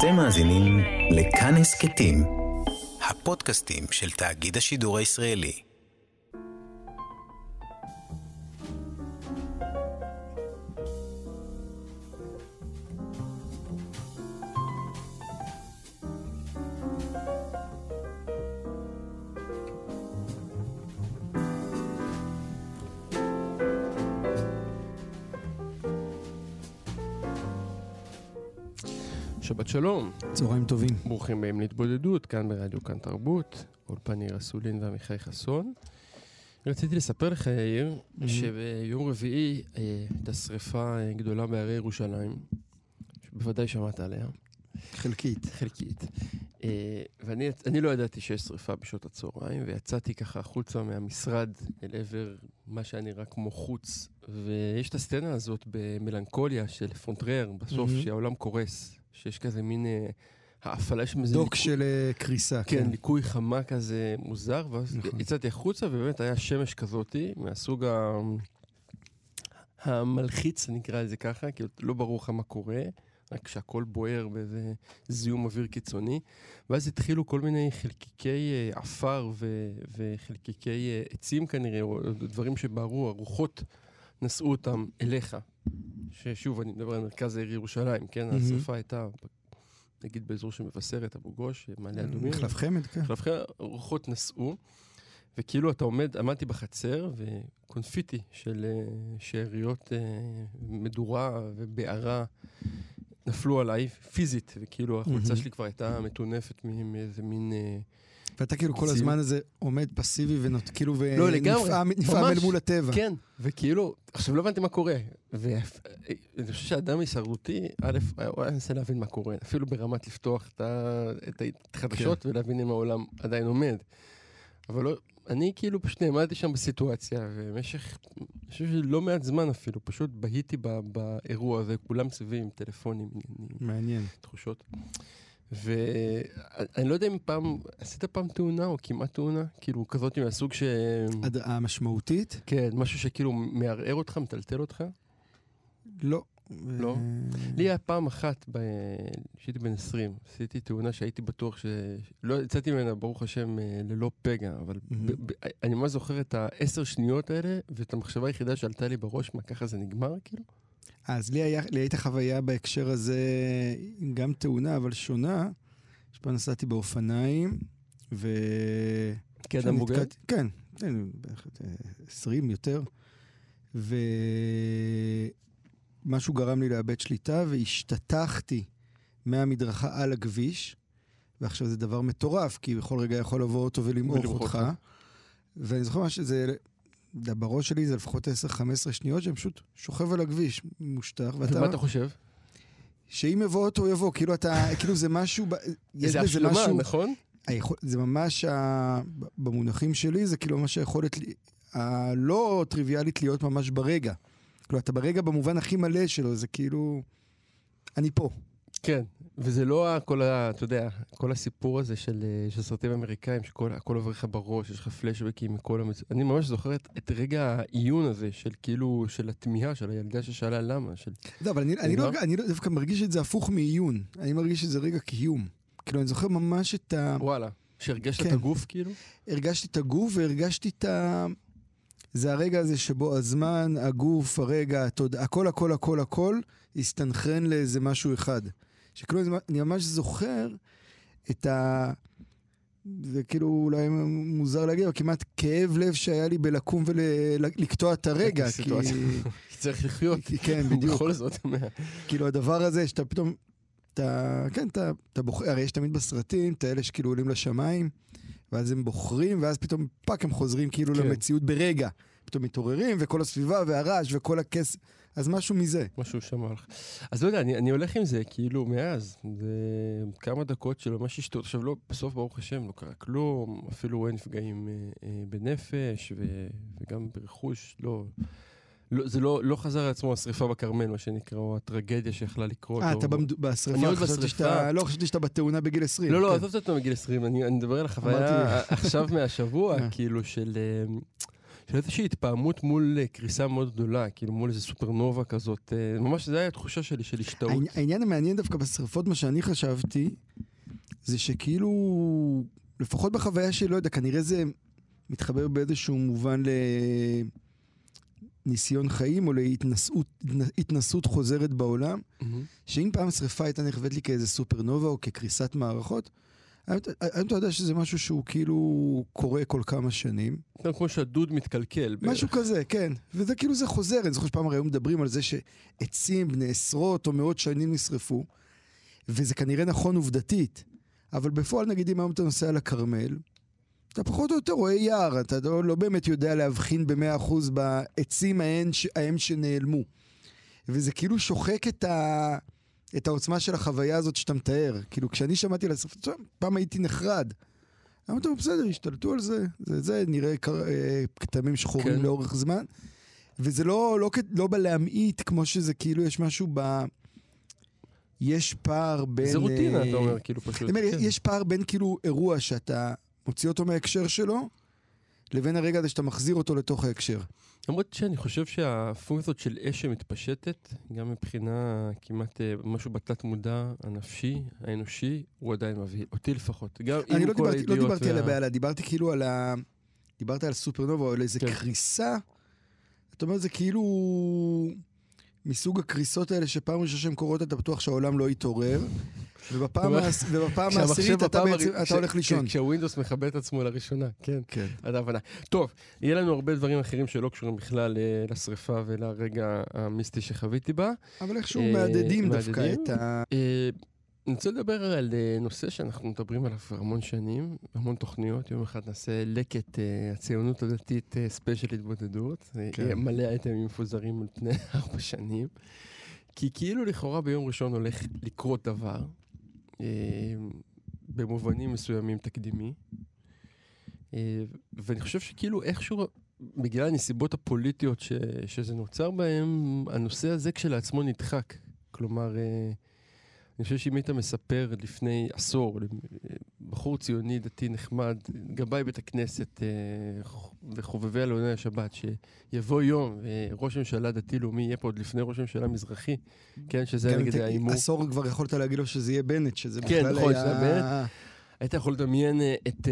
אתם מאזינים לכאן הסכתים, הפודקאסטים של תאגיד השידור הישראלי. שבת שלום. צהריים טובים. ברוכים באים להתבודדות, כאן ברדיו כאן תרבות, אולפן יאיר אסולין ועמיחי חסון. רציתי לספר לך, יאיר, שביום רביעי הייתה שריפה גדולה בערי ירושלים, שבוודאי שמעת עליה. חלקית. ואני לא ידעתי שיש שריפה בשעות הצהריים, ויצאתי ככה החוצה מהמשרד אל עבר מה שאני נראה כמו חוץ, ויש את הסצנה הזאת במלנכוליה של פונטרר, בסוף שהעולם קורס. שיש כזה מין האפלה שמזה... דוק של קריסה. כן, ליקוי חמה כזה מוזר, ואז יצאתי החוצה, ובאמת היה שמש כזאתי, מהסוג המלחיץ, נקרא לזה ככה, כי לא ברור לך מה קורה, רק שהכל בוער באיזה זיהום אוויר קיצוני, ואז התחילו כל מיני חלקיקי עפר וחלקיקי עצים כנראה, או דברים שבערו, הרוחות נסעו אותם אליך. ששוב, אני מדבר על מרכז העיר ירושלים, כן? השריפה הייתה, נגיד, באזור שמבשרת, אבו גוש, מעלה אדומים. מחלף חמד, כן. מחלף חמד, רוחות נסעו, וכאילו אתה עמדתי בחצר, וקונפיטי של שאריות מדורה ובערה נפלו עליי פיזית, וכאילו החולצה שלי כבר הייתה מטונפת מאיזה מין... ואתה כאילו כל הזמן הזה עומד פסיבי וכאילו ונפעם אל מול הטבע. כן, וכאילו, עכשיו לא הבנתי מה קורה. ואני חושב שהאדם הישרדותי, א', הוא היה מנסה להבין מה קורה, אפילו ברמת לפתוח את החדשות ולהבין אם העולם עדיין עומד. אבל לא, אני כאילו פשוט נעמדתי שם בסיטואציה, ובמשך, אני חושב שלא מעט זמן אפילו, פשוט בהיתי באירוע הזה, כולם סביבי עם טלפונים. מעניין. תחושות. ואני לא יודע אם פעם, עשית פעם תאונה או כמעט תאונה? כאילו כזאת מהסוג ש... המשמעותית? כן, משהו שכאילו מערער אותך, מטלטל אותך? לא. לא? לי היה פעם אחת, שהייתי בן 20, עשיתי תאונה שהייתי בטוח לא יצאתי ממנה, ברוך השם, ללא פגע, אבל אני ממש זוכר את 10 שניות האלה, ואת המחשבה היחידה שעלתה לי בראש, מה ככה זה נגמר, כאילו? אז לי הייתה חוויה בהקשר הזה, גם תאונה, אבל שונה. שפה נסעתי באופניים, כאדם בוגר? כן, 20 יותר. ומשהו גרם לי לאבד שליטה, והשתתחתי מהמדרכה על הכביש, ועכשיו זה דבר מטורף, כי בכל רגע יכול לבוא אותו ולמעוך אותך. ואני זוכר מה שזה... בראש שלי זה לפחות 10-15 שניות שהם פשוט שוכב על הכביש, מושטח. ומה אתה חושב? שאם יבוא אותו, יבוא. כאילו זה משהו... זה השלמה, נכון? זה ממש, במונחים שלי, זה כאילו ממש היכולת הלא טריוויאלית להיות ממש ברגע. כאילו, אתה ברגע במובן הכי מלא שלו, זה כאילו... אני פה. כן, וזה לא אתה יודע, כל הסיפור הזה של סרטים אמריקאים, שהכל עובר לך בראש, יש לך פלשבקים מכל אני ממש זוכר את רגע העיון הזה, של כאילו, של התמיהה, של הילדה ששאלה למה. לא, אבל אני דווקא מרגיש את זה הפוך מעיון. אני מרגיש את זה רגע קיום. כאילו, אני זוכר ממש את ה... וואלה, שהרגשת את הגוף, כאילו? הרגשתי את הגוף והרגשתי את ה... זה הרגע הזה שבו הזמן, הגוף, הרגע, הכל, הסתנכרן לאיזה משהו אחד. שכאילו, אני ממש זוכר את זה כאילו אולי מוזר להגיד, אבל כמעט כאב לב שהיה לי בלקום ולקטוע את הרגע. כי צריך לחיות. כן, בדיוק. בכל זאת. כאילו, הדבר הזה שאתה פתאום, אתה בוחר, הרי יש תמיד בסרטים, את האלה שכאילו עולים לשמיים, ואז הם בוחרים, ואז פתאום פאק הם חוזרים כאילו למציאות ברגע. פתאום מתעוררים, וכל הסביבה והרעש וכל הכסף. אז משהו מזה. משהו שמע לך. אז לא יודע, אני הולך עם זה, כאילו, מאז. זה כמה דקות שלו, ממש השתות. עכשיו, לא, בסוף, ברוך השם, לא קרה כלום. אפילו אין נפגעים בנפש, וגם ברכוש, לא. זה לא חזר לעצמו השריפה בכרמל, מה שנקרא, או הטרגדיה שיכלה לקרות. אתה בשריפה, חשבתי שאתה בתאונה בגיל 20. לא, עזוב אותנו בגיל 20. אני מדבר על החוויה עכשיו מהשבוע, כאילו, של איזושהי התפעמות מול קריסה מאוד גדולה, כאילו מול איזו סופרנובה כזאת, ממש זה היה התחושה שלי של השתאות. העניין המעניין דווקא בשריפות, מה שאני חשבתי, זה שכאילו, לפחות בחוויה שלי, לא יודע, כנראה זה מתחבר באיזשהו מובן לניסיון חיים, או להתנסות חוזרת בעולם, שאם פעם שריפה הייתה נחווית לי כאיזה סופרנובה, או כקריסת מערכות, היום אתה יודע שזה משהו שהוא כאילו קורה כל כמה שנים. כמו שהדוד מתקלקל. משהו כזה, כן. וזה כאילו זה חוזר. אני זוכר שפעם היום מדברים על זה שעצים בני עשרות או מאות שנים נשרפו, וזה כנראה נכון עובדתית. אבל בפועל נגיד אם היום אתה נוסע לכרמל, אתה פחות או יותר רואה יער, אתה לא באמת יודע להבחין ב100% בעצים ההם שנעלמו. וזה כאילו שוחק את העוצמה של החוויה הזאת שאתה מתאר. כאילו, כשאני שמעתי על השריפה, פעם הייתי נחרד. אמרתי, בסדר, השתלטו על זה. זה נראה כתמים שחורים לאורך זמן. וזה לא בלהמעיט, כמו שזה כאילו יש משהו יש פער בין... זה רוטינה, אתה אומר, כאילו פשוט. יש פער בין כאילו אירוע שאתה מוציא אותו מההקשר שלו, לבין הרגע הזה שאתה מחזיר אותו לתוך ההקשר. למרות שאני חושב שהפונקציות של אש שמתפשטת, גם מבחינה כמעט משהו בתת מודע, הנפשי, האנושי, הוא עדיין מביא, אותי לפחות. אני לא דיברתי על הבעלה, דיברתי כאילו דיברתי על סופרנובה, או על איזה קריסה. זאת אומרת, זה כאילו מסוג הקריסות האלה שפעם ראשונה שהן קורות, אתה בטוח שהעולם לא יתעורר, ובפעם העשירית אתה הולך לישון. כשהווינדוס מכבה את עצמו לראשונה, כן. עד ההבנה. טוב, יהיה לנו הרבה דברים אחרים שלא קשורים בכלל לשריפה ולרגע המיסטי שחוויתי בה. אבל איכשהו מעדדים דווקא את אני רוצה לדבר על נושא שאנחנו מדברים עליו המון שנים, המון תוכניות. יום אחד נעשה לקט הציונות הדתית ספיישל התבודדות. מלא אייטמים מפוזרים על פני 4 שנים. כי כאילו לכאורה ביום ראשון הולך לקרות דבר, במובנים מסוימים תקדימי, ואני חושב שכאילו איכשהו, בגלל הנסיבות הפוליטיות שזה נוצר בהם, הנושא הזה כשלעצמו נדחק. כלומר, אני חושב שאם היית מספר לפני עשור, בחור ציוני דתי נחמד, גבאי בית הכנסת וחובבי אלוני השבת, שיבוא יום וראש ממשלה דתי לאומי יהיה פה עוד לפני ראש ממשלה מזרחי, כן, שזה נגד האימור. עשור כבר יכולת להגיד לו שזה יהיה בנט, שזה בכלל היה... כן, נכון, שזה בנט. היית יכול לדמיין את...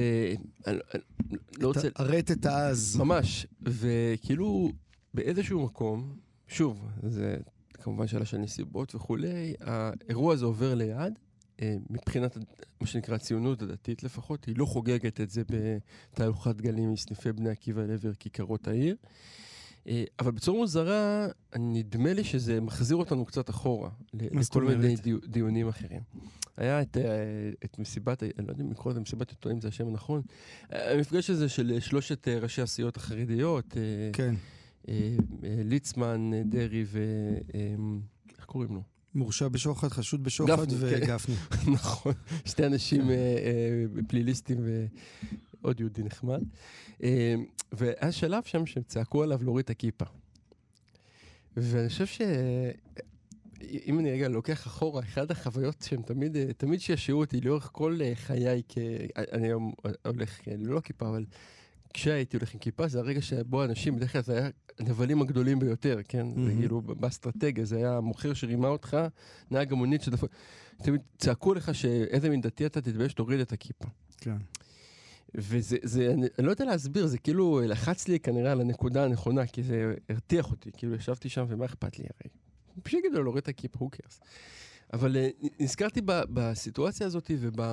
הרטט העז. ממש, וכאילו באיזשהו מקום, שוב, זה... כמובן שאלה של נסיבות וכולי, האירוע הזה עובר ליד, מבחינת מה שנקרא הציונות הדתית לפחות, היא לא חוגגת את זה בתהלוכת דגלים מסניפי בני עקיבא לעבר כיכרות העיר, אבל בצורה מוזרה, נדמה לי שזה מחזיר אותנו קצת אחורה, לכל מיני דיונים אחרים. היה את מסיבת, אני לא יודע אם לקרוא את מסיבת עיתונאים, זה השם הנכון, המפגש הזה של 3 ראשי הסיעות החרדיות, כן. ליצמן, דרי איך קוראים לו? מורשע בשוחד, חשוד בשוחד וגפני. נכון, 2 אנשים פליליסטים ועוד יהודי נחמד. והיה שלב שם שהם צעקו עליו להוריד את הכיפה. ואני חושב אם אני רגע לוקח אחורה, אחד החוויות שהם תמיד שישעו אותי לאורך כל חיי, אני היום הולך ללא כיפה, אבל כשהייתי הולך עם כיפה, זה הרגע שבו אנשים, בדרך כלל זה היה הנבלים הגדולים ביותר, כן? זה כאילו באסטרטגיה, זה היה מוכר שרימה אותך, נהג המונית שדפו... תמיד צעקו לך שאיזה מין דתי אתה תתבייש, תוריד את הכיפה. כן. וזה, אני לא יודע להסביר, זה כאילו לחץ לי כנראה על הנקודה הנכונה, כי זה הרתיח אותי, כאילו ישבתי שם ומה אכפת לי הרי? פשוט יגידו לו, להוריד את הכיפה, who cares? אבל נזכרתי בסיטואציה הזאת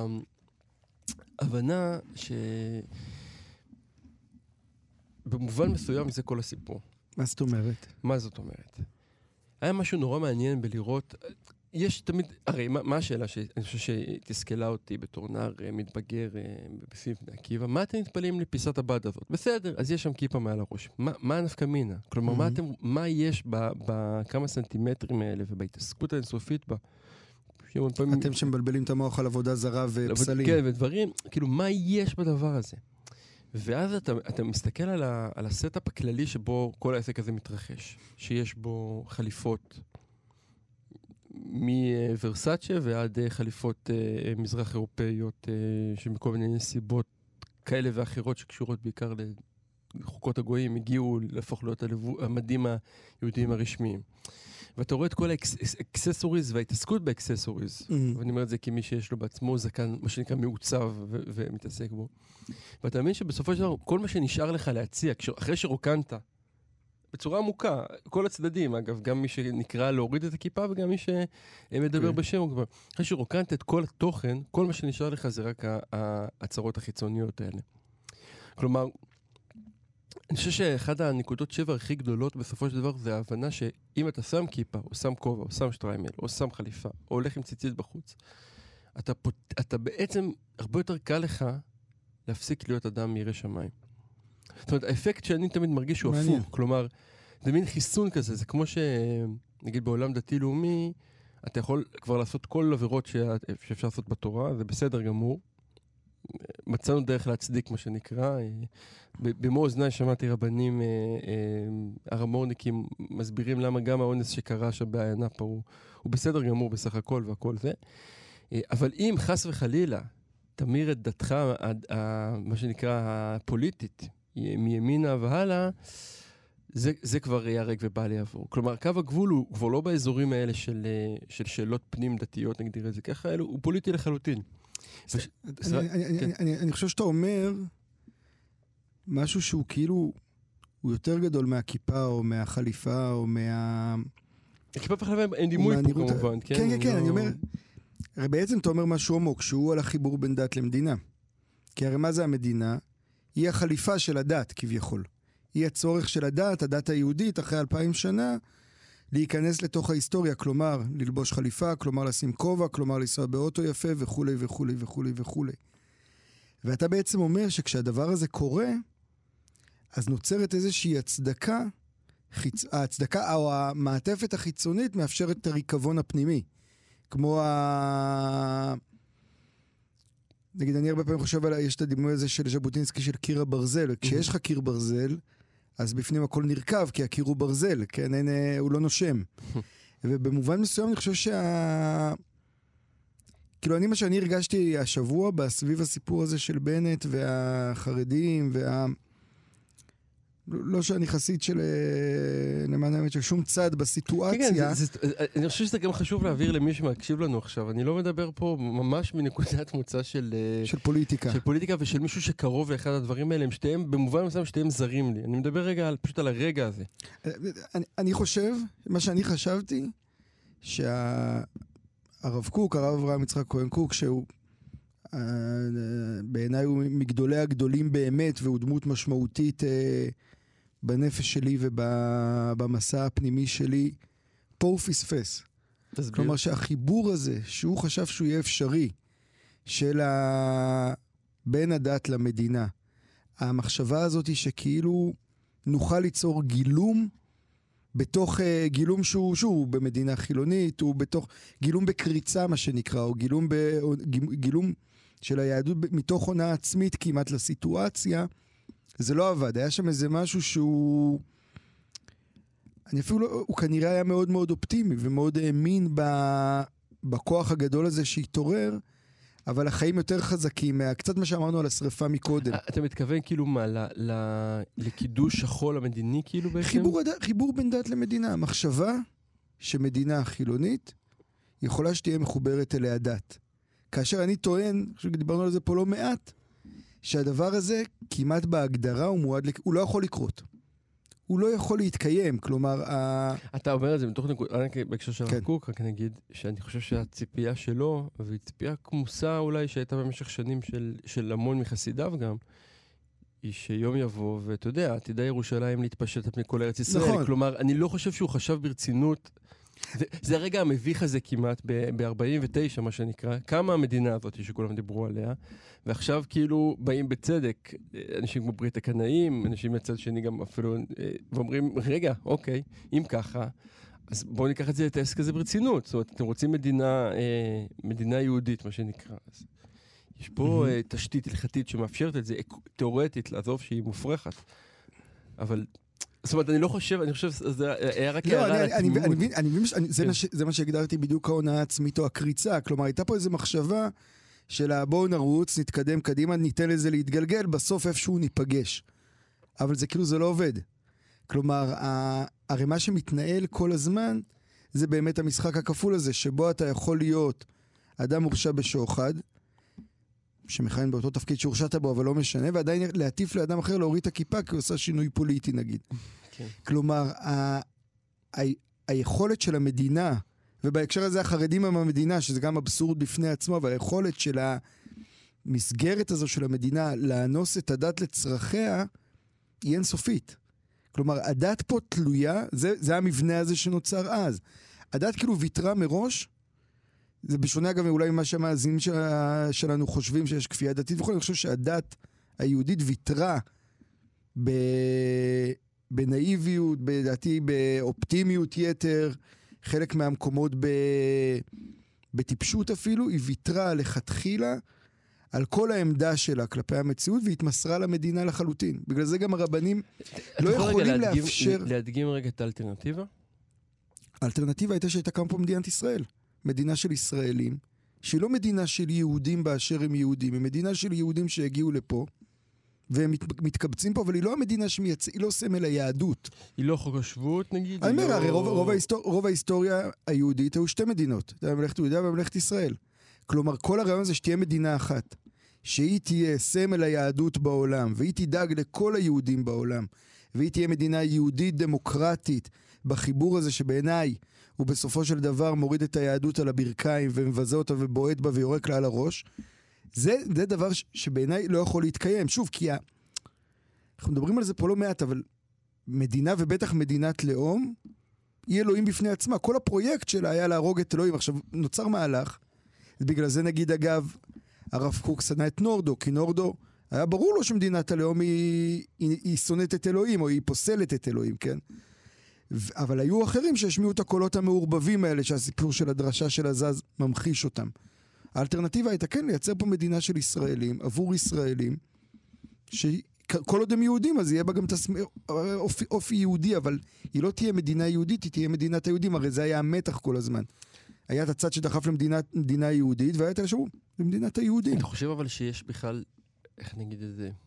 ובהבנה במובן מסוים זה כל הסיפור. מה זאת אומרת? מה זאת אומרת? היה משהו נורא מעניין בלראות, יש תמיד, הרי מה השאלה שאני חושב שתסכלה אותי בתור נער מתבגר בסביב בני עקיבא, מה אתם מתפלאים לפיסת הבד הזאת? בסדר, אז יש שם כיפה מעל הראש. מה הנפקא מינה? כלומר, מה יש בכמה סנטימטרים האלה ובהתעסקות האינסופית בה? אתם שמבלבלים את המוח על עבודה זרה ופסלים. כן, ודברים, כאילו, מה יש בדבר הזה? ואז אתה מסתכל על הסטאפ הכללי שבו כל העסק הזה מתרחש, שיש בו חליפות מוורסאצ'ה ועד חליפות מזרח אירופאיות שמכל מיני נסיבות כאלה ואחרות שקשורות בעיקר חוקות הגויים הגיעו להפוך להיות המדים היהודיים הרשמיים. ואתה רואה את כל האקססוריז וההתעסקות באקססוריז, ואני אומר את זה כמי שיש לו בעצמו זקן, מה שנקרא מעוצב ומתעסק בו. ואתה מבין שבסופו של דבר, כל מה שנשאר לך להציע, אחרי שרוקנת, בצורה עמוקה, כל הצדדים, אגב, גם מי שנקרא להוריד את הכיפה, וגם מי שמדבר בשם, אחרי שרוקנת את כל התוכן, כל מה שנשאר לך זה רק ההצהרות החיצוניות האלה. כלומר, אני חושב שאחד הנקודות שבר הכי גדולות בסופו של דבר זה ההבנה שאם אתה שם כיפה, או שם כובע, או שם שטריימל, או שם חליפה, או הולך עם ציצית בחוץ, אתה בעצם הרבה יותר קל לך להפסיק להיות אדם מירא שמיים. זאת אומרת, האפקט שאני תמיד מרגיש הוא הפוך. כלומר, זה מין חיסון כזה, זה כמו שנגיד בעולם דתי-לאומי, אתה יכול כבר לעשות כל עבירות שאפשר לעשות בתורה, זה בסדר גמור. מצאנו דרך להצדיק מה שנקרא. במו אוזני שמעתי רבנים הרמורניקים מסבירים למה גם האונס שקרה שם בעיינה פה הוא בסדר גמור בסך הכל והכל זה. אבל אם חס וחלילה תמיר את דתך, מה שנקרא הפוליטית, מימינה והלאה, זה כבר ייהרג ובל יעבור. כלומר, קו הגבול הוא כבר לא באזורים האלה של שאלות פנים דתיות, נגדיר את זה ככה, הוא פוליטי לחלוטין. אני חושב שאתה אומר משהו שהוא כאילו, הוא יותר גדול מהכיפה או מהחליפה או הכיפה והחליפה אין דימוי פה כמובן. כן, אני אומר, הרי בעצם אתה אומר משהו עמוק, שהוא על החיבור בין דת למדינה. כי הרי מה זה המדינה? היא החליפה של הדת כביכול. היא הצורך של הדת היהודית אחרי 2000 שנה, להיכנס לתוך ההיסטוריה, כלומר, ללבוש חליפה, כלומר, לשים כובע, כלומר, לנסוע באוטו יפה, וכו' וכו' וכו' וכו'. ואתה בעצם אומר שכשהדבר הזה קורה, אז נוצרת איזושהי הצדקה, ההצדקה או המעטפת החיצונית מאפשרת את הריקבון הפנימי. כמו נגיד, אני הרבה פעמים חושב יש את הדימוי הזה של ז'בוטינסקי של קיר הברזל. כשיש לך קיר ברזל, אז בפנים הכל נרכב, כי הקיר הוא ברזל, כן? הוא לא נושם. ובמובן מסוים אני חושב כאילו, מה שאני הרגשתי השבוע, בסביב הסיפור הזה של בנט והחרדים, לא שאני חסיד של למען האמת של שום צד בסיטואציה. אני חושב שזה גם חשוב להעביר למי שמקשיב לנו עכשיו. אני לא מדבר פה ממש מנקודת מוצא של פוליטיקה. של פוליטיקה ושל מישהו שקרוב לאחד הדברים האלה. הם שתיהם, במובן מסוים שתיהם זרים לי. אני מדבר רגע פשוט על הרגע הזה. אני חושב, מה שאני חשבתי, שהרב קוק, הרב אברהם יצחק כהן קוק, שהוא בעיניי הוא מגדולי הגדולים באמת, והוא דמות משמעותית בנפש שלי ובמסע הפנימי שלי, פה הוא פספס. תסביר. כלומר שהחיבור הזה, שהוא חשב שהוא יהיה אפשרי, של בין הדת למדינה, המחשבה הזאת היא שכאילו נוכל ליצור גילום, בתוך גילום שהוא במדינה חילונית, הוא בתוך גילום בקריצה מה שנקרא, או גילום של היהדות מתוך עונה עצמית כמעט לסיטואציה, זה לא עבד. היה שם איזה משהו שהוא, אני אפילו לא, הוא כנראה היה מאוד מאוד אופטימי, ומאוד האמין בכוח הגדול הזה שהתעורר, אבל החיים יותר חזקים, קצת מה שאמרנו על השריפה מקודם. אתה מתכוון כאילו מה, לקידוש החול המדיני כאילו בעצם? חיבור בין דת למדינה, מחשבה שמדינה חילונית יכולה שתהיה מחוברת אליה דת. כאשר אני טוען, דיברנו על זה פה לא מעט, שהדבר הזה כמעט בהגדרה הוא לא יכול לקרות. הוא לא יכול להתקיים, כלומר... אתה אומר את זה מתוך נקודה, בהקשר של הרב קוק, רק נגיד שאני חושב שהציפייה שלו, והיא ציפייה כמוסה אולי שהייתה במשך שנים של המון מחסידיו גם, היא שיום יבוא, ואתה יודע, עתידה ירושלים להתפשט על פני כל ארץ ישראל. נכון. כלומר, אני לא חושב שהוא חשב ברצינות, זה הרגע המביך הזה כמעט, ב-49 מה שנקרא, כמה המדינה הזאת שכולם דיברו עליה, ועכשיו כאילו באים בצדק, אנשים כמו ברית הקנאים, אנשים מצד שני גם אפילו, ואומרים, רגע, אוקיי, אם ככה, אז בואו ניקח את זה, את העסק הזה ברצינות. זאת אומרת, אתם רוצים מדינה יהודית, מה שנקרא. אז יש פה תשתית הלכתית שמאפשרת את זה, תיאורטית, לעזוב שהיא מופרכת. אבל... זאת אומרת, אני לא חושב, אני חושב שזה היה רק הערה על התמימות. אני מבין, זה מה שהגדרתי בדיוק ההונאה העצמית או הקריצה. כלומר, הייתה פה איזו מחשבה של בואו נרוץ, נתקדם קדימה, ניתן לזה להתגלגל, בסוף איפשהו ניפגש. אבל זה כאילו זה לא עובד. כלומר, הרי מה שמתנהל כל הזמן, זה באמת המשחק הכפול הזה, שבו אתה יכול להיות אדם מורשע בשוחד, שמכהן באותו תפקיד שהורשעת בו, אבל לא משנה, ועדיין להטיף לאדם אחר להוריד את הכיפה, כי הוא עושה שינוי פוליטי נגיד. כן. כלומר, היכולת של המדינה, ובהקשר הזה החרדים הם המדינה, שזה גם אבסורד בפני עצמו, אבל היכולת של המסגרת הזו של המדינה לאנוס את הדת לצרכיה, היא אינסופית. כלומר, הדת פה תלויה, זה המבנה הזה שנוצר אז. הדת כאילו ויתרה מראש, זה בשונה אגב אולי ממה שהמאזינים שלנו חושבים שיש כפייה דתית, וכל אני חושב שהדת היהודית ויתרה בנאיביות, בדעתי באופטימיות יתר, חלק מהמקומות בטיפשות אפילו, היא ויתרה לכתחילה על כל העמדה שלה כלפי המציאות, והתמסרה למדינה לחלוטין. בגלל זה גם הרבנים לא יכולים לאפשר... להדגים רגע את האלטרנטיבה? האלטרנטיבה הייתה שהייתה קמה פה מדינת ישראל. מדינה של ישראלים, שהיא לא מדינה של יהודים באשר הם יהודים, היא מדינה של יהודים שהגיעו לפה, והם מתקבצים פה, אבל היא לא המדינה שמייצא, היא לא סמל היהדות. היא לא חוק השבות, נגיד? אני אומר, הרי רוב ההיסטוריה היהודית היו שתי מדינות, ממלכת יהודה וממלכת ישראל. כלומר, כל הרעיון הזה שתהיה מדינה אחת, שהיא תהיה סמל היהדות בעולם, והיא תדאג לכל היהודים בעולם, והיא תהיה מדינה יהודית דמוקרטית, בחיבור הזה שבעיניי הוא בסופו של דבר מוריד את היהדות על הברכיים ומבזה אותה ובועט בה ויורק לה על הראש. זה דבר שבעיניי לא יכול להתקיים. שוב, כי אנחנו מדברים על זה פה לא מעט, אבל מדינה ובטח מדינת לאום היא אלוהים בפני עצמה. כל הפרויקט שלה היה להרוג את אלוהים. עכשיו, נוצר מהלך. בגלל זה נגיד, אגב, הרב קוק שנא את נורדו, כי נורדו היה ברור לו שמדינת הלאום היא שונאת את אלוהים, או היא פוסלת את אלוהים, כן? אבל היו אחרים שהשמיעו את הקולות המעורבבים האלה, שהסיפור של הדרשה של הזז ממחיש אותם. האלטרנטיבה הייתה כן לייצר פה מדינה של ישראלים, עבור ישראלים, שכל עוד הם יהודים, אז יהיה בה גם אופי יהודי, אבל היא לא תהיה מדינה יהודית, היא תהיה מדינת היהודים, הרי זה היה המתח כל הזמן. היה את הצד שדחף למדינה יהודית, והיה את השאר למדינת היהודים. אני חושב אבל שיש בכלל, איך נגיד את זה,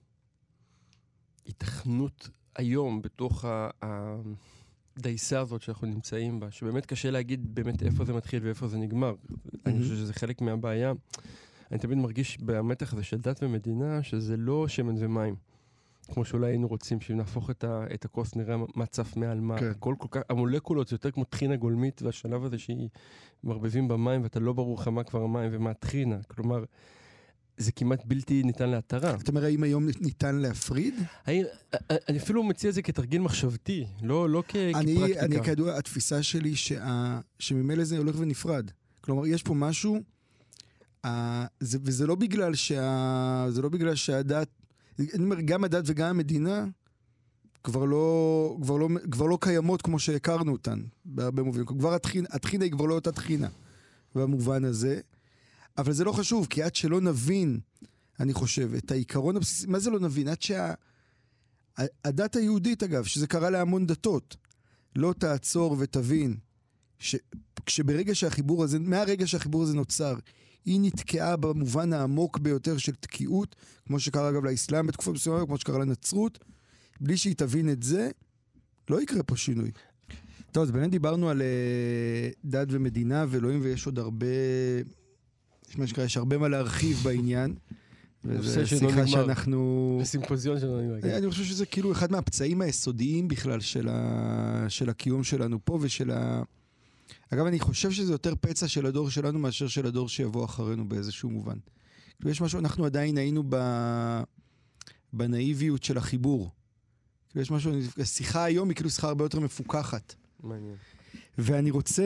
התכנות היום בתוך הדייסה הזאת שאנחנו נמצאים בה, שבאמת קשה להגיד באמת איפה זה מתחיל ואיפה זה נגמר. אני חושב שזה חלק מהבעיה. אני תמיד מרגיש במתח הזה של דת ומדינה, שזה לא שמן ומים. כמו שאולי היינו רוצים שנהפוך את הכוס, נראה מה צף מעל מה. הכל כל כך, המולקולות זה יותר כמו טחינה גולמית, והשלב הזה שהיא מרבבים במים, ואתה לא ברור לך מה כבר המים ומה טחינה. כלומר, זה כמעט בלתי ניתן להתרה. אתה אומר, האם היום ניתן להפריד? אני אפילו מציע את זה כתרגיל מחשבתי, לא כפרקטיקה. אני כדוע, התפיסה שלי שממילא זה הולך ונפרד. כלומר, יש פה משהו, וזה לא בגלל שהדת, אני אומר, גם הדת וגם המדינה כבר לא קיימות כמו שהכרנו אותן, בהרבה מובנים. כבר התחינה היא כבר לא אותה תחינה, במובן הזה. אבל זה לא חשוב, כי עד שלא נבין, אני חושב, את העיקרון הבסיסי, מה זה לא נבין? עד הדת היהודית, אגב, שזה קרה להמון דתות, לא תעצור ותבין, כשברגע שהחיבור הזה, מהרגע שהחיבור הזה נוצר, היא נתקעה במובן העמוק ביותר של תקיעות, כמו שקרה אגב לאסלאם בתקופה מסוימת, כמו שקרה לנצרות, בלי שהיא תבין את זה, לא יקרה פה שינוי. טוב, אז באמת דיברנו על דת ומדינה ואלוהים, ויש עוד הרבה, יש הרבה מה להרחיב בעניין. וזה שיחה שאנחנו... סימפוזיון שלנו נגמר. אני חושב שזה כאילו אחד מהפצעים היסודיים בכלל של הקיום שלנו פה ושל אגב, אני חושב שזה יותר פצע של הדור שלנו מאשר של הדור שיבוא אחרינו באיזשהו מובן. יש משהו, אנחנו עדיין היינו בנאיביות של החיבור. יש משהו, השיחה היום היא כאילו שיחה הרבה יותר מפוקחת. מעניין. ואני רוצה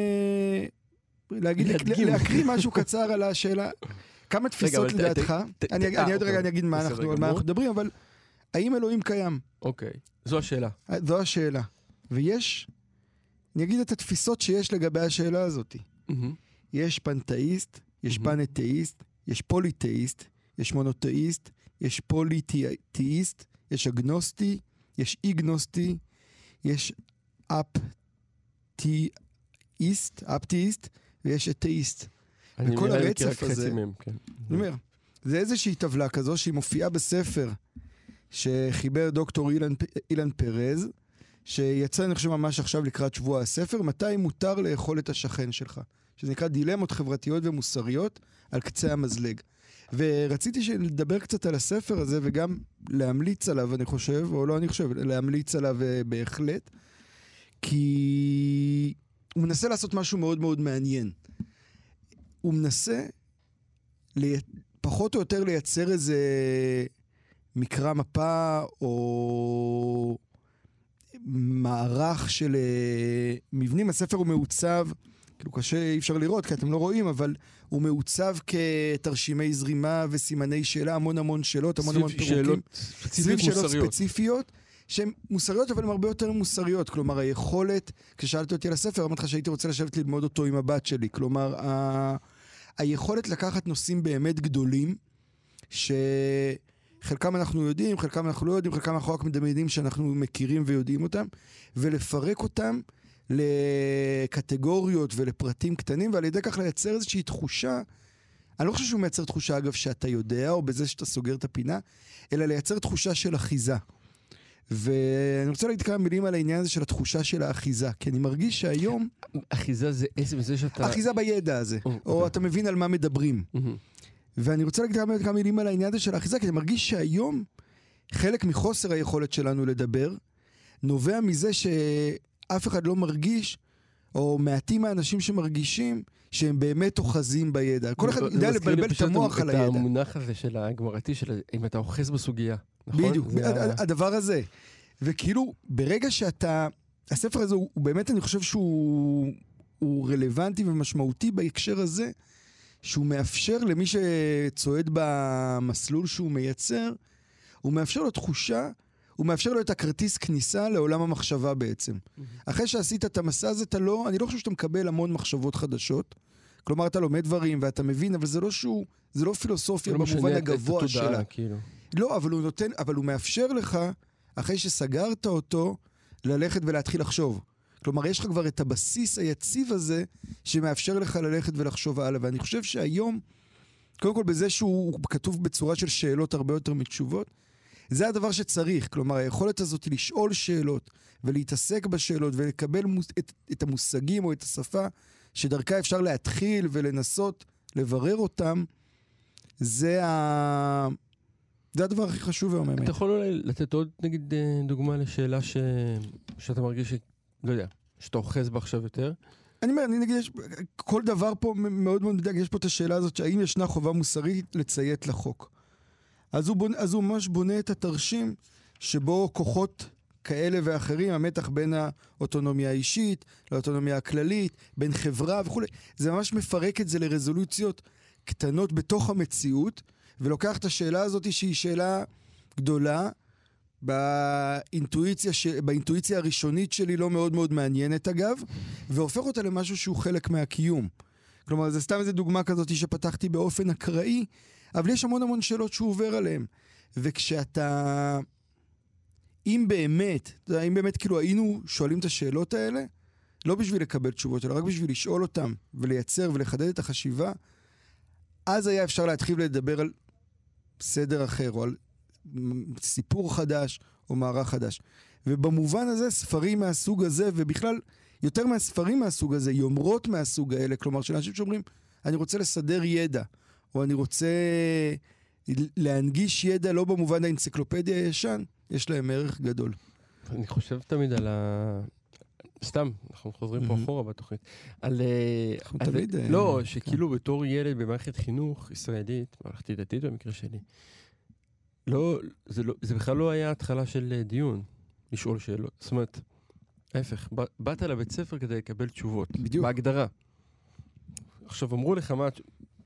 להקריא משהו קצר על השאלה. כמה תפיסות לדעתך? אני עוד רגע אגיד מה אנחנו מדברים, אבל האם אלוהים קיים? אוקיי, זו השאלה. זו השאלה. ויש... אני אגיד את התפיסות שיש לגבי השאלה הזאת. יש פנתאיסט, יש פנתאיסט, יש פוליתאיסט, יש מונותאיסט, יש פוליתאיסט, יש אגנוסטי, יש איגנוסטי, יש אפתאיסט, ויש אתאיסט. וכל הרצף הזה, אני אומר, זה איזושהי טבלה כזו שהיא מופיעה בספר שחיבר דוקטור אילן פרז, שיצא אני חושב ממש עכשיו לקראת שבוע הספר, מתי מותר לאכול את השכן שלך, שזה נקרא דילמות חברתיות ומוסריות על קצה המזלג. ורציתי לדבר קצת על הספר הזה וגם להמליץ עליו, אני חושב, או לא אני חושב, להמליץ עליו בהחלט, כי הוא מנסה לעשות משהו מאוד מאוד מעניין. הוא מנסה פחות או יותר לייצר איזה מקרא מפה או מערך של מבנים. הספר הוא מעוצב, כאילו קשה, אי אפשר לראות כי אתם לא רואים, אבל הוא מעוצב כתרשימי זרימה וסימני שאלה, המון שאלות, המון פירוקים. סביב שאלות ספציפיות, שהן מוסריות אבל הן הרבה יותר מוסריות. כלומר, היכולת, כששאלת אותי על הספר, אמרתי לך שהייתי רוצה לשבת ללמוד אותו עם הבת שלי. כלומר, היכולת לקחת נושאים באמת גדולים, שחלקם אנחנו יודעים, חלקם אנחנו לא יודעים, חלקם אנחנו רק מדמיינים שאנחנו מכירים ויודעים אותם, ולפרק אותם לקטגוריות ולפרטים קטנים, ועל ידי כך לייצר איזושהי תחושה, אני לא חושב שהוא מייצר תחושה אגב שאתה יודע, או בזה שאתה סוגר את הפינה, אלא לייצר תחושה של אחיזה. ואני רוצה להגיד כמה מילים על העניין הזה של התחושה של האחיזה, כי אני מרגיש שהיום... אחיזה זה עצם זה שאתה... אחיזה בידע הזה, או אתה מבין על מה מדברים. ואני רוצה להגיד כמה מילים על העניין הזה של האחיזה, כי אני מרגיש שהיום חלק מחוסר היכולת שלנו לדבר, נובע מזה שאף אחד לא מרגיש, או מעטים מהאנשים שמרגישים, שהם באמת אוחזים בידע. כל אחד יודע לבלבל את המוח על הידע. את המונח הזה של הגמרתי, של אם אתה אוחז בסוגיה. בדיוק, הדבר הזה. וכאילו, ברגע שאתה... הספר הזה הוא באמת, אני חושב שהוא רלוונטי ומשמעותי בהקשר הזה, שהוא מאפשר למי שצועד במסלול שהוא מייצר, הוא מאפשר לו תחושה, הוא מאפשר לו את הכרטיס כניסה לעולם המחשבה בעצם. אחרי שעשית את המסע הזה, אני לא חושב שאתה מקבל המון מחשבות חדשות, כלומר אתה לומד דברים ואתה מבין, אבל זה לא פילוסופיה במובן הגבוה שלה. לא, אבל הוא מאפשר לך, אחרי שסגרת אותו, ללכת ולהתחיל לחשוב. כלומר, יש לך כבר את הבסיס היציב הזה, שמאפשר לך ללכת ולחשוב הלאה. ואני חושב שהיום, קודם כל בזה שהוא כתוב בצורה של שאלות הרבה יותר מתשובות, זה הדבר שצריך. כלומר, היכולת הזאת לשאול שאלות, ולהתעסק בשאלות, ולקבל את המושגים או את השפה, שדרכה אפשר להתחיל ולנסות לברר אותם, זה הדבר הכי חשוב היום. אתה יכול אולי לתת עוד, נגיד, דוגמה לשאלה שאתה מרגיש, לא יודע, שאתה אוחז בה עכשיו יותר? אני נגיד, כל דבר פה מאוד מאוד מדאג, יש פה את השאלה הזאת, שהאם ישנה חובה מוסרית לציית לחוק. אז הוא ממש בונה את התרשים, שבו כוחות כאלה ואחרים, המתח בין האוטונומיה האישית, לאוטונומיה הכללית, בין חברה וכו'. זה ממש מפרק את זה לרזולוציות קטנות בתוך המציאות, ולוקח את השאלה הזאת שהיא שאלה גדולה, באינטואיציה הראשונית שלי לא מאוד מאוד מעניינת אגב, והופך אותה למשהו שהוא חלק מהקיום. כלומר, זה סתם איזו דוגמה כזאת שפתחתי באופן אקראי, אבל יש המון שאלות שהוא עובר עליהן. וכשאתה... אם באמת כאילו היינו שואלים את השאלות האלה, לא בשביל לקבל תשובות, אלא רק בשביל לשאול אותם ולייצר ולחדד את החשיבה, אז היה אפשר להתחיל לדבר על סדר אחר, או על סיפור חדש, או מערך חדש. ובמובן הזה, ספרים מהסוג הזה, ובכלל, יותר מהספרים מהסוג הזה, יומרות מהסוג האלה, כלומר, של אנשים שאומרים, אני רוצה לסדר ידע, או אני רוצה להנגיש ידע, לא במובן האנציקלופדיה הישן, יש להם ערך גדול. אני חושב תמיד על סתם, אנחנו חוזרים פה אחורה בתוכנית. לא, שכאילו בתור ילד במערכת חינוך ישראלית, מערכת דתית במקרה שלי, זה בכלל לא היה התחלה של דיון, לשאול שאלות. זאת אומרת, ההפך, באת לבית ספר כדי לקבל תשובות. בדיוק. בהגדרה. עכשיו, אמרו לך מה...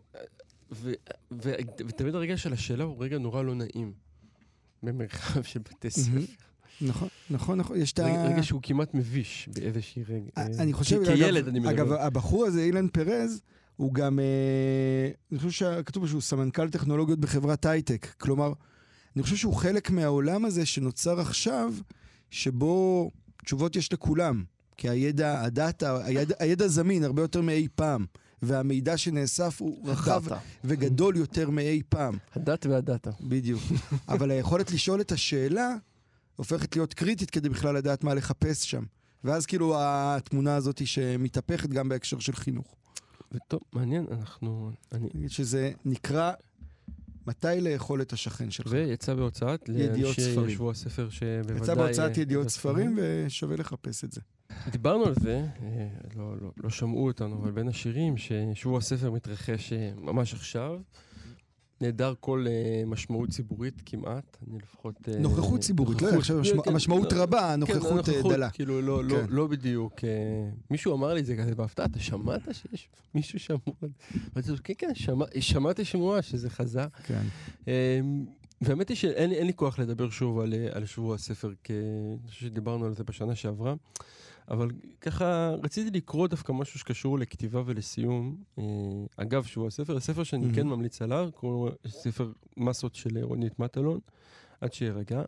ותמיד הרגע של השאלה הוא רגע נורא לא נעים. במרחב של בתי ספר. נכון. יש את רגע שהוא כמעט מביש באיזושהי רגע. אני חושב, כילד אני מדבר. אגב, הבחור הזה, אילן פרז, הוא גם, אני חושב שכתוב שהוא סמנכ"ל טכנולוגיות בחברת הייטק. כלומר, אני חושב שהוא חלק מהעולם הזה שנוצר עכשיו, שבו תשובות יש לכולם. כי הידע זמין הרבה יותר מאי פעם. והמידע שנאסף הוא רחב הדאטה. וגדול יותר מאי פעם. הדאטה והדאטה. בדיוק. אבל היכולת לשאול את השאלה הופכת להיות קריטית כדי בכלל לדעת מה לחפש שם. ואז כאילו התמונה הזאת שמתהפכת גם בהקשר של חינוך. וטוב, מעניין, שזה נקרא מתי לאכול את השכן שלך. ויצא בהוצאת ידיעות ספרים. שבוע הספר שבוודאי... יצא בהוצאת ידיעות ספרים ושווה לחפש את זה. דיברנו על זה, לא שמעו אותנו, אבל בין השירים ששבוע הספר מתרחש ממש עכשיו, נהדר כל משמעות ציבורית כמעט, אני לפחות... נוכחות ציבורית, לא, עכשיו המשמעות רבה, נוכחות דלה. כאילו לא בדיוק. מישהו אמר לי את זה כזה בהפתעה, אתה שמעת שיש מישהו שמוע? כן, כן, שמעתי שמוע שזה חזר. כן. והאמת היא שאין לי כוח לדבר שוב על שבוע הספר, כי אני חושב שדיברנו על זה בשנה שעברה, אבל ככה רציתי לקרוא דווקא משהו שקשור לכתיבה ולסיום. אגב, שבוע הספר, הספר שאני כן ממליץ עליו, קוראים ספר מסות של רונית מטלון, עד שירגע.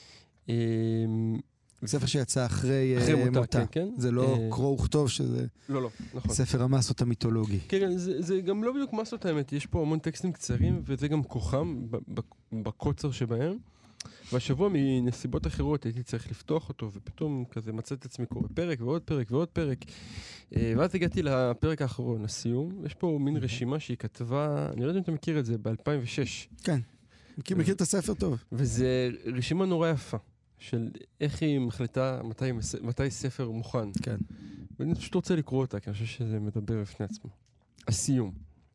ספר שיצא אחרי מותה. כן. זה לא קרוא וכתוב שזה... לא, נכון. ספר המסות המיתולוגי. כן, זה גם לא בדיוק מסות האמת, יש פה המון טקסטים קצרים, וזה גם כוחם בקוצר שבהם. והשבוע מנסיבות אחרות הייתי צריך לפתוח אותו, ופתאום כזה מצאת את עצמי קורא פרק ועוד פרק ועוד פרק. ואז הגעתי לפרק האחרון, לסיום. יש פה מין רשימה שהיא כתבה, אני לא יודע אם אתה מכיר את זה, ב-2006. כן, מכיר את הספר טוב. וזה רשימה נורא יפה, של איך היא מחליטה מתי ספר מוכן. כן. ואני פשוט רוצה לקרוא אותה, כי אני חושב שזה מדבר בפני עצמו. הסיום.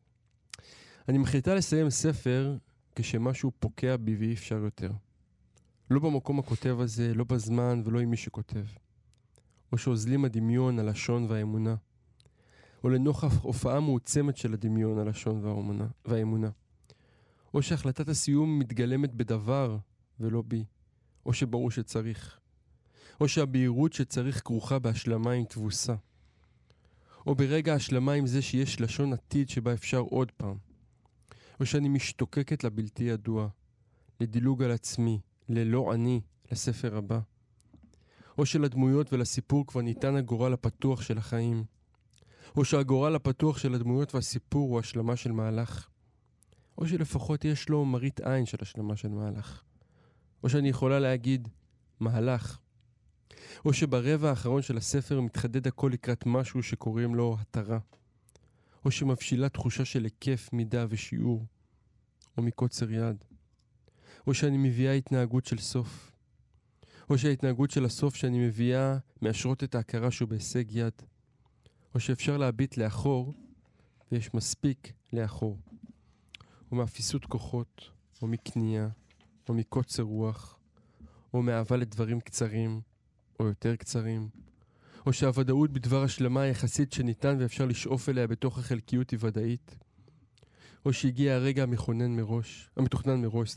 אני מחליטה לסיים ספר כשמשהו פוקע בי ואי אפשר יותר. לא במקום הכותב הזה, לא בזמן ולא עם מי שכותב. או שעוזלים הדמיון, הלשון והאמונה. או לנוכח הופעה מעוצמת של הדמיון, הלשון והאמונה. או שהחלטת הסיום מתגלמת בדבר ולא בי. או שברור שצריך. או שהבהירות שצריך כרוכה בהשלמה עם תבוסה. או ברגע השלמה עם זה שיש לשון עתיד שבה אפשר עוד פעם. או שאני משתוקקת לבלתי ידוע, לדילוג על עצמי, ללא אני, לספר הבא. או שלדמויות ולסיפור כבר ניתן הגורל הפתוח של החיים. או שהגורל הפתוח של הדמויות והסיפור הוא השלמה של מהלך. או שלפחות יש לו מראית עין של השלמה של מהלך. או שאני יכולה להגיד, מהלך. או שברבע האחרון של הספר מתחדד הכל לקראת משהו שקוראים לו התרה. או שמבשילה תחושה של היקף, מידה ושיעור. או מקוצר יד. או שאני מביאה התנהגות של סוף. או שההתנהגות של הסוף שאני מביאה מאשרות את ההכרה שהוא בהישג יד. או שאפשר להביט לאחור, ויש מספיק לאחור. או מאפיסות כוחות, או מקנייה, או מקוצר רוח, או מאהבה לדברים קצרים, או יותר קצרים. או שהוודאות בדבר השלמה היחסית שניתן ואפשר לשאוף אליה בתוך החלקיות היא ודאית. או שהגיע הרגע המתוכנן מראש,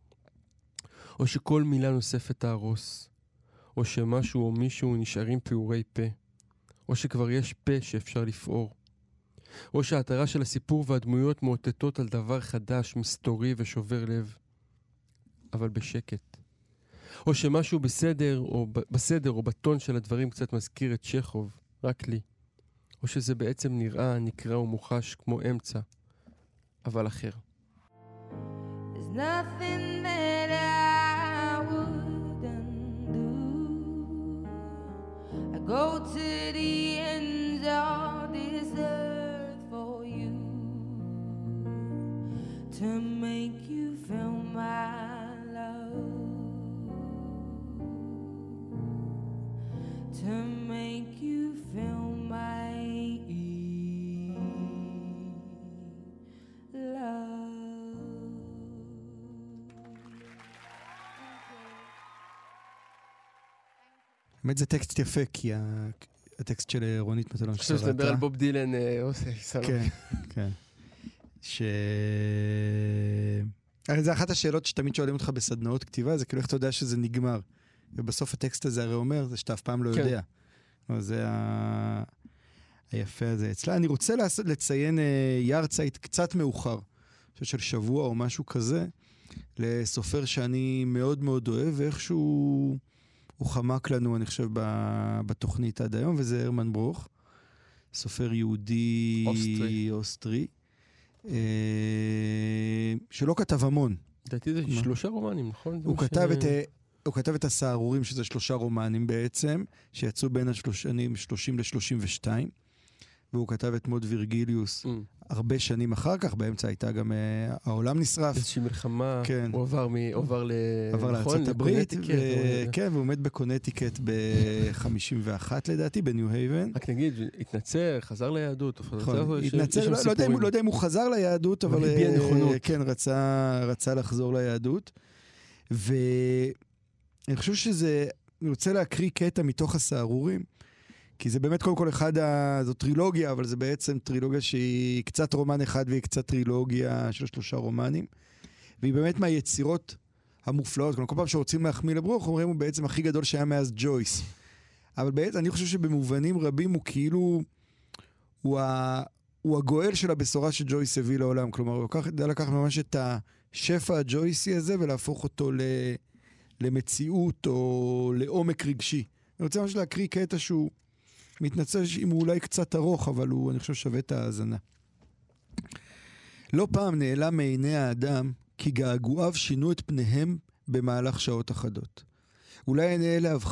או שכל מילה נוספת תהרוס, או שמשהו או מישהו נשארים פעורי פה, או שכבר יש פה שאפשר לפעור, או שההתרה של הסיפור והדמויות מאותתות על דבר חדש, מסתורי ושובר לב, אבל בשקט. או שמשהו בסדר או בטון של הדברים קצת מזכיר את שכוב, רק לי. או שזה בעצם נראה, נקרא ומוחש כמו אמצע, אבל אחר. There's nothing that I wouldn't do. I go to the ends of this earth for you, to make you feel my love, to make you feel my love. באמת זה טקסט יפה, כי הטקסט של רונית מטלון אני חושב שדבר על בוב דילן כן, כן. זה אחת השאלות שתמיד שואלים אותך בסדנאות כתיבה, זה כאילו איך אתה יודע שזה נגמר. ובסוף הטקסט הזה הרי אומר, זה שאתה אף פעם לא יודע. זה היפה הזה. אצלה אני רוצה לציין יארצייט קצת מאוחר, של שבוע או משהו כזה, לסופר שאני מאוד מאוד אוהב, ואיכשהו הוא חמק לנו, אני חושב, בתוכנית עד היום, וזה הרמן ברוך. סופר יהודי אוסטרי, שלא כתב המון. לדעתי זה 3 רומנים, נכון? הוא כתב את הסהרורים, שזה 3 רומנים בעצם, שיצאו בין השנים 30 ל-32, והוא כתב את מוד וירגיליוס הרבה שנים אחר כך, באמצע הייתה גם העולם נשרף. איזושהי מלחמה, כן. הוא עבר לארצות הברית, כן, והוא מת בקונטיקט ב-51 לדעתי, בניו הייבן. רק נגיד, התנצר, חזר ליהדות. התנצר, לא יודע אם הוא חזר ליהדות, אבל כן, רצה לחזור ליהדות. ואני חושב שזה, אני רוצה להקריא קטע מתוך הסהרורים, כי זה באמת קודם כל זו טרילוגיה, אבל זה בעצם טרילוגיה שהיא קצת רומן אחד והיא קצת טרילוגיה של 3 רומנים. והיא באמת מהיצירות המופלאות. כל פעם שרוצים להחמיא לברוך, אומרים הוא בעצם הכי גדול שהיה מאז ג'ויס. אבל בעצם אני חושב שבמובנים רבים הוא כאילו, הוא הגואל של הבשורה שג'ויס הביא לעולם. כלומר, הוא יודע לקח ממש את השפע הג'ויסי הזה ולהפוך אותו למציאות או לעומק רגשי. אני רוצה ממש להקריא קטע שהוא מתנצל אם הוא אולי קצת ארוך, אבל הוא, אני חושב, שווה את ההאזנה. לא פעם נעלם מעיני האדם, כי געגועיו שינו את פניהם במהלך שעות אחדות. אולי אין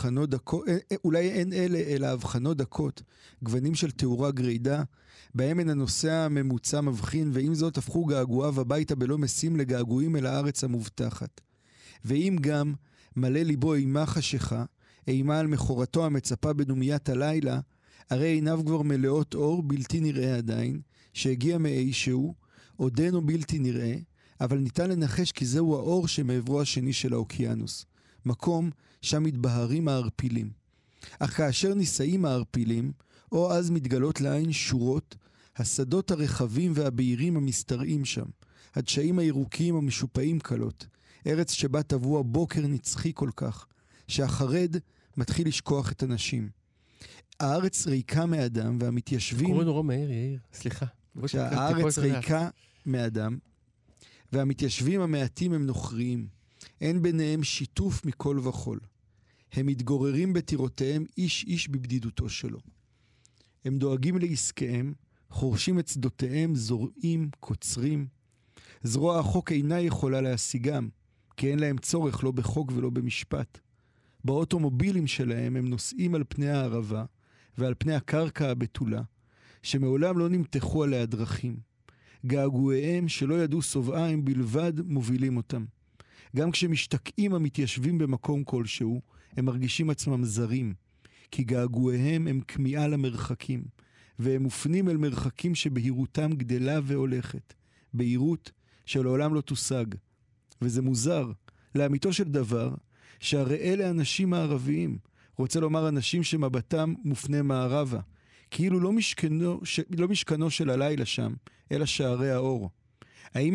אלה אלא הבחנות דקות, גוונים של תאורה גרידה, בהם אין הנוסע הממוצע מבחין, ועם זאת הפכו געגועיו הביתה בלא משים לגעגועים אל הארץ המובטחת. ואם גם מלא ליבו אימה חשיכה, אימה על מחורתו המצפה בדומיית הלילה, הרי עיניו כבר מלאות אור בלתי נראה עדיין, שהגיע מאי שהוא, עודנו בלתי נראה, אבל ניתן לנחש כי זהו האור שמעברו השני של האוקיינוס. מקום שם מתבהרים הערפילים. אך כאשר נישאים הערפילים, או אז מתגלות לעין שורות, השדות הרחבים והבהירים המסתרעים שם, הדשאים הירוקים המשופעים קלות, ארץ שבה טבוע בוקר נצחי כל כך, שהחרד מתחיל לשכוח את הנשים. הארץ ריקה מאדם והמתיישבים... קורא נורא מהר, יאיר, סליחה. שהארץ ריקה מאדם והמתיישבים המעטים הם נוכריים. אין ביניהם שיתוף מכל וכל. הם מתגוררים בטירותיהם איש איש בבדידותו שלו. הם דואגים לעסקיהם, חורשים את שדותיהם, זורעים, קוצרים. זרוע החוק אינה יכולה להשיגם, כי אין להם צורך לא בחוק ולא במשפט. באוטומובילים שלהם הם נוסעים על פני הערבה ועל פני הקרקע הבתולה, שמעולם לא נמתחו עליה דרכים. געגועיהם שלא ידעו סובעה הם בלבד מובילים אותם. גם כשמשתקעים המתיישבים במקום כלשהו, הם מרגישים עצמם זרים, כי געגועיהם הם כמיהה למרחקים, והם מופנים אל מרחקים שבהירותם גדלה והולכת, בהירות שלעולם לא תושג. וזה מוזר, לאמיתו של דבר, שהרי אלה אנשים הערביים, רוצה לומר אנשים שמבטם מופנה מערבה, כאילו לא משכנו של הלילה שם, אלא שערי האור. האם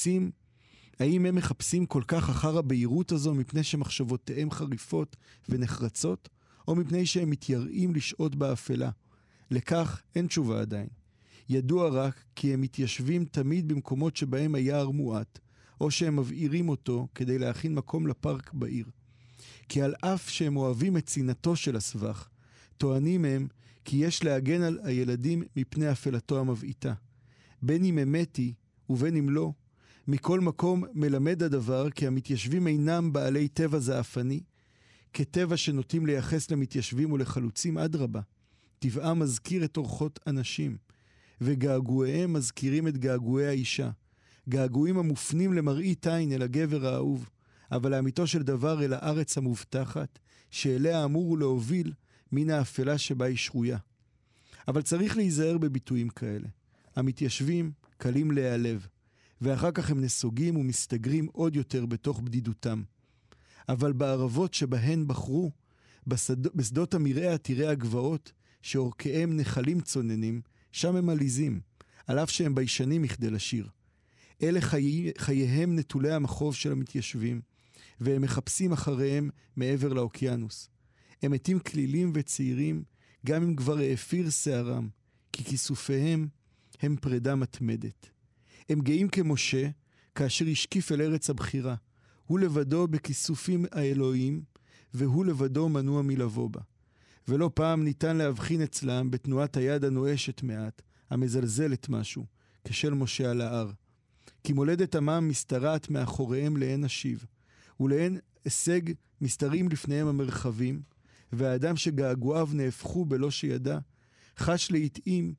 הם מחפשים כל כך אחר הבהירות הזו מפני שמחשבותיהם חריפות ונחרצות, או מפני שהם מתייראים לשעות באפלה? לכך אין תשובה עדיין. ידוע רק כי הם מתיישבים תמיד במקומות שבהם היער מועט, או שהם מבעירים אותו כדי להכין מקום לפארק בעיר. כי על אף שהם אוהבים את צינתו של הסבך, טוענים הם כי יש להגן על הילדים מפני אפלתו המבעיטה. בין אם אמתי ובין אם לא, מכל מקום מלמד הדבר כי המתיישבים אינם בעלי טבע זעפני, כטבע שנוטים לייחס למתיישבים ולחלוצים אדרבה. טבעם מזכיר את אורחות אנשים, וגעגועיהם מזכירים את געגועי האישה. געגועים המופנים למראית עין אל הגבר האהוב, אבל לאמיתו של דבר אל הארץ המובטחת, שאליה אמור להוביל מן האפלה שבה היא שרויה. אבל צריך להיזהר בביטויים כאלה. המתיישבים קלים להיעלב, ואחר כך הם נסוגים ומסתגרים עוד יותר בתוך בדידותם. אבל בערבות שבהן בחרו, בשדות המרעה עתירי הגבעות, שאורכיהם נחלים צוננים, שם הם עליזים, על אף שהם ביישנים מכדי לשיר. אלה חייהם נטולי המחוב של המתיישבים, והם מחפשים אחריהם מעבר לאוקיינוס. הם מתים כלילים וצעירים, גם אם כבר האפיר שערם, כי כיסופיהם הם פרידה מתמדת. הם גאים כמשה, כאשר השקיף אל ארץ הבחירה. הוא לבדו בכיסופים האלוהים, והוא לבדו מנוע מלבוא בה. ולא פעם ניתן להבחין אצלם בתנועת היד הנואשת מעט, המזלזלת משהו, כשל משה על ההר. כי מולדת עמם מסתרעת מאחוריהם לאין השיב, ולאין הישג מסתרים לפניהם המרחבים, והאדם שגעגועיו נהפכו בלא שידע, חש להתאים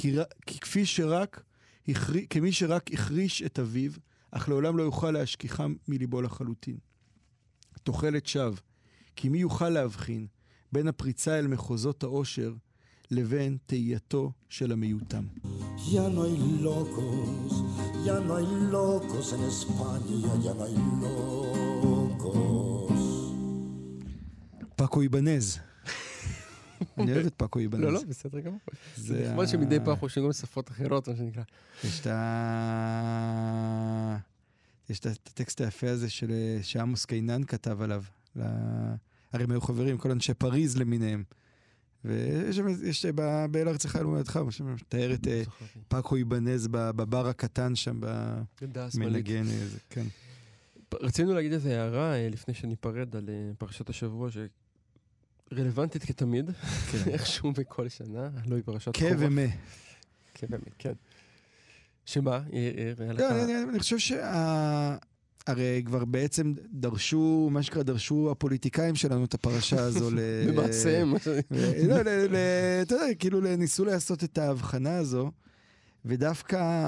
כמי שרק החריש את אביו, אך לעולם לא יוכל להשכיחם מליבו לחלוטין. תוחלת שווא, כי מי יוכל להבחין בין הפריצה אל מחוזות האושר לבין תהייתו של המיותם. Ya no hay locos en España, ya no hay locos. פאקו איבנז. אני אוהב את פאקו איבנז. לא, בסדר גמור. זה נחמד שמדי פעם חושבים גם בשפות אחרות, מה שנקרא. יש את הטקסט היפה הזה שעמוס קינן כתב עליו. הרי הם היו חברים, כל אנשי פריז למיניהם. ויש באל ארץ החייל ומולדתך, מתאר את פאקו איבנז בבר הקטן שם, במנגן. כן. רצינו להגיד איזו הערה לפני שניפרד על פרשת השבוע, שרלוונטית כתמיד, איכשהו בכל שנה, לא היא פרשת קורח. כבמה. כבמה, כן. שמה? אני חושב הרי כבר בעצם דרשו, מה שקרה, דרשו הפוליטיקאים שלנו את הפרשה הזו במעשיהם. אתה יודע, כאילו ניסו לעשות את ההבחנה הזו, ודווקא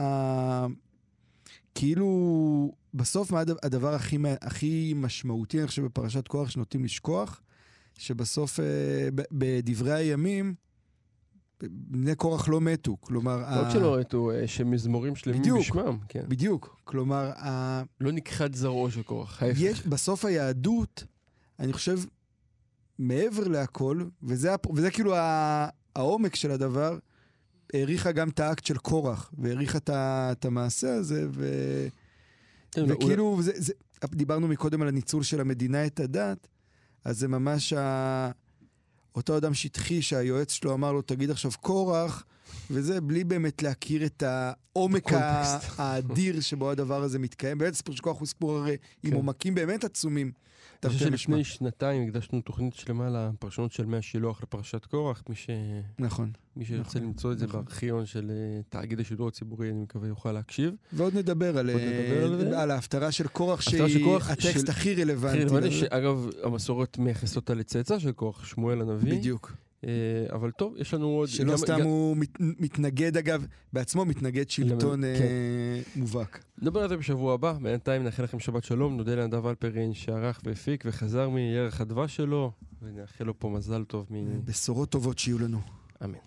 כאילו בסוף מה הדבר הכי משמעותי, אני חושב בפרשת קורח שנוטים לשכוח, שבסוף בדברי הימים, בני קורח לא מתו, כלומר... לא רק שלא מתו, שמזמורים שלמים בשמם. בדיוק, כלומר... לא נכחד זרעו של קורח, ההפך. בסוף היהדות, אני חושב, מעבר להכל, וזה כאילו העומק של הדבר, העריכה גם את האקט של קורח, והעריכה את המעשה הזה, וכאילו, דיברנו מקודם על הניצול של המדינה את הדת, אז זה ממש אותו אדם שטחי שהיועץ שלו אמר לו, תגיד עכשיו קורח, וזה בלי באמת להכיר את העומק האדיר שבו הדבר הזה מתקיים. באמת סיפור של קורח הוא סיפור הרי עם עומקים באמת עצומים. אני חושב שלפני שנתיים הקדשנו תוכנית שלמה לפרשנות של מי השילוח לפרשת קורח, מי שרוצה למצוא את זה בארכיון של תאגיד השידור הציבורי, אני מקווה יוכל להקשיב. ועוד נדבר על ההפטרה של קורח, שהיא הטקסט הכי רלוונטי. אגב, המסורת מייחסת אותה לצאצא של קורח, שמואל הנביא. בדיוק. אבל טוב, יש לנו עוד... שלא סתם הוא מתנגד, אגב, בעצמו מתנגד שלטון מובהק. נדבר על זה בשבוע הבא, בינתיים נאחל לכם שבת שלום, נודה לנדב אלפרין שערך והפיק וחזר מירח הדבש שלו, ונאחל לו פה מזל טוב. בשורות טובות שיהיו לנו. אמן.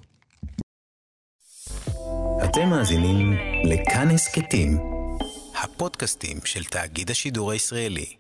אתם מאזינים לכאן הסכתים, הפודקאסטים של תאגיד השידור הישראלי.